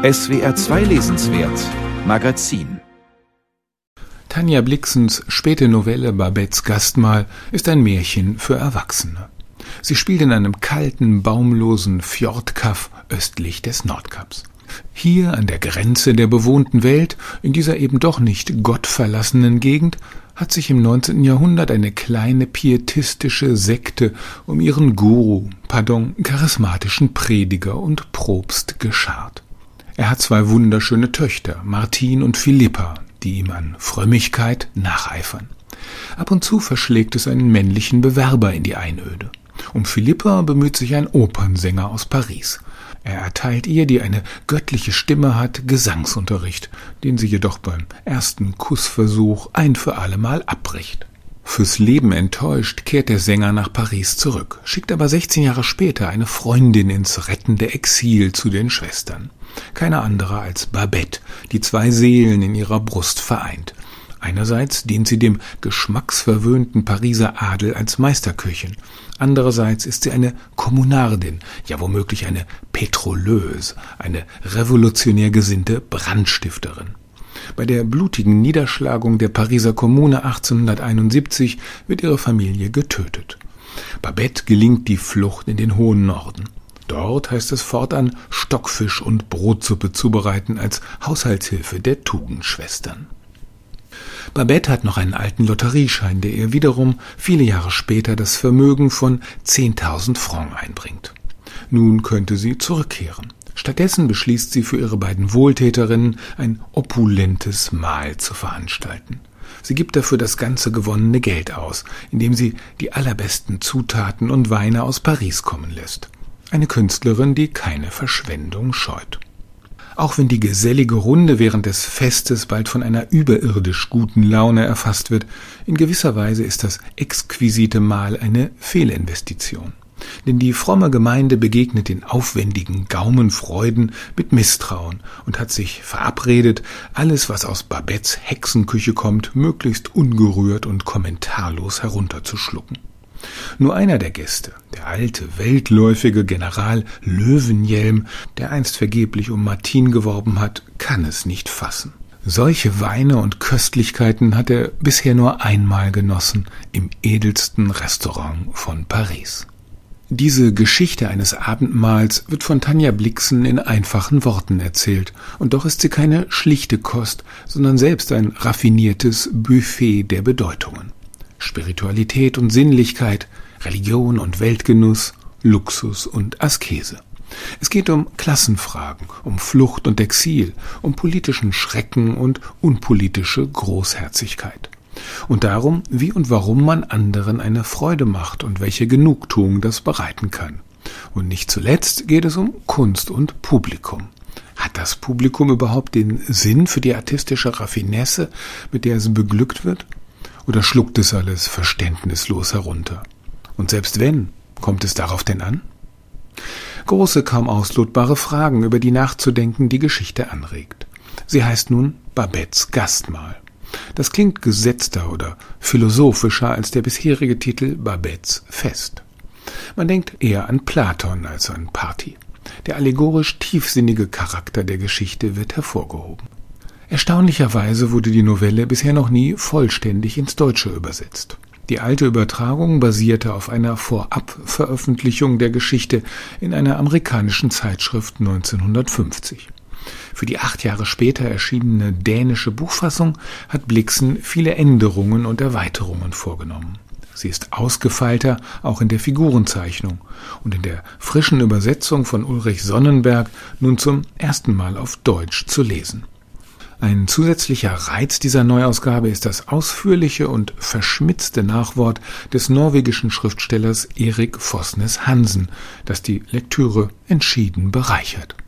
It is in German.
SWR 2 Lesenswert Magazin. Tanja Blixens späte Novelle Babettes Gastmahl ist ein Märchen für Erwachsene. Sie spielt in einem kalten, baumlosen Fjordkaff östlich des Nordkaps. Hier an der Grenze der bewohnten Welt, in dieser eben doch nicht gottverlassenen Gegend, hat sich im 19. Jahrhundert eine kleine pietistische Sekte um ihren charismatischen Prediger und Propst geschart. Er hat 2 wunderschöne Töchter, Martin und Philippa, die ihm an Frömmigkeit nacheifern. Ab und zu verschlägt es einen männlichen Bewerber in die Einöde. Um Philippa bemüht sich ein Opernsänger aus Paris. Er erteilt ihr, die eine göttliche Stimme hat, Gesangsunterricht, den sie jedoch beim ersten Kussversuch ein für allemal abbricht. Fürs Leben enttäuscht kehrt der Sänger nach Paris zurück, schickt aber 16 Jahre später eine Freundin ins rettende Exil zu den Schwestern. Keine andere als Babette, die 2 Seelen in ihrer Brust vereint. Einerseits dient sie dem geschmacksverwöhnten Pariser Adel als Meisterköchin. Andererseits ist sie eine Kommunardin, ja womöglich eine Pétroleuse, eine revolutionär gesinnte Brandstifterin. Bei der blutigen Niederschlagung der Pariser Kommune 1871 wird ihre Familie getötet. Babette gelingt die Flucht in den hohen Norden. Dort heißt es fortan, Stockfisch und Brotsuppe zubereiten als Haushaltshilfe der Tugendschwestern. Babette hat noch einen alten Lotterieschein, der ihr wiederum viele Jahre später das Vermögen von 10.000 Francs einbringt. Nun könnte sie zurückkehren. Stattdessen beschließt sie für ihre beiden Wohltäterinnen ein opulentes Mahl zu veranstalten. Sie gibt dafür das ganze gewonnene Geld aus, indem sie die allerbesten Zutaten und Weine aus Paris kommen lässt. Eine Künstlerin, die keine Verschwendung scheut. Auch wenn die gesellige Runde während des Festes bald von einer überirdisch guten Laune erfasst wird, in gewisser Weise ist das exquisite Mahl eine Fehlinvestition. Denn die fromme Gemeinde begegnet den aufwendigen Gaumenfreuden mit Misstrauen und hat sich verabredet, alles, was aus Babettes Hexenküche kommt, möglichst ungerührt und kommentarlos herunterzuschlucken. Nur einer der Gäste, der alte, weltläufige General Löwenjelm, der einst vergeblich um Martin geworben hat, kann es nicht fassen. Solche Weine und Köstlichkeiten hat er bisher nur einmal genossen, im edelsten Restaurant von Paris. Diese Geschichte eines Abendmahls wird von Tanja Blixen in einfachen Worten erzählt, und doch ist sie keine schlichte Kost, sondern selbst ein raffiniertes Buffet der Bedeutungen. Spiritualität und Sinnlichkeit, Religion und Weltgenuss, Luxus und Askese. Es geht um Klassenfragen, um Flucht und Exil, um politischen Schrecken und unpolitische Großherzigkeit. Und darum, wie und warum man anderen eine Freude macht und welche Genugtuung das bereiten kann. Und nicht zuletzt geht es um Kunst und Publikum. Hat das Publikum überhaupt den Sinn für die artistische Raffinesse, mit der es beglückt wird? Oder schluckt es alles verständnislos herunter? Und selbst wenn, kommt es darauf denn an? Große, kaum auslotbare Fragen, über die nachzudenken die Geschichte anregt. Sie heißt nun Babettes Gastmahl. Das klingt gesetzter oder philosophischer als der bisherige Titel Babettes Fest. Man denkt eher an Platon als an Party. Der allegorisch tiefsinnige Charakter der Geschichte wird hervorgehoben. Erstaunlicherweise wurde die Novelle bisher noch nie vollständig ins Deutsche übersetzt. Die alte Übertragung basierte auf einer Vorabveröffentlichung der Geschichte in einer amerikanischen Zeitschrift 1950. Für die 8 Jahre später erschienene dänische Buchfassung hat Blixen viele Änderungen und Erweiterungen vorgenommen. Sie ist ausgefeilter, auch in der Figurenzeichnung, und in der frischen Übersetzung von Ulrich Sonnenberg nun zum ersten Mal auf Deutsch zu lesen. Ein zusätzlicher Reiz dieser Neuausgabe ist das ausführliche und verschmitzte Nachwort des norwegischen Schriftstellers Erik Fosnes Hansen, das die Lektüre entschieden bereichert.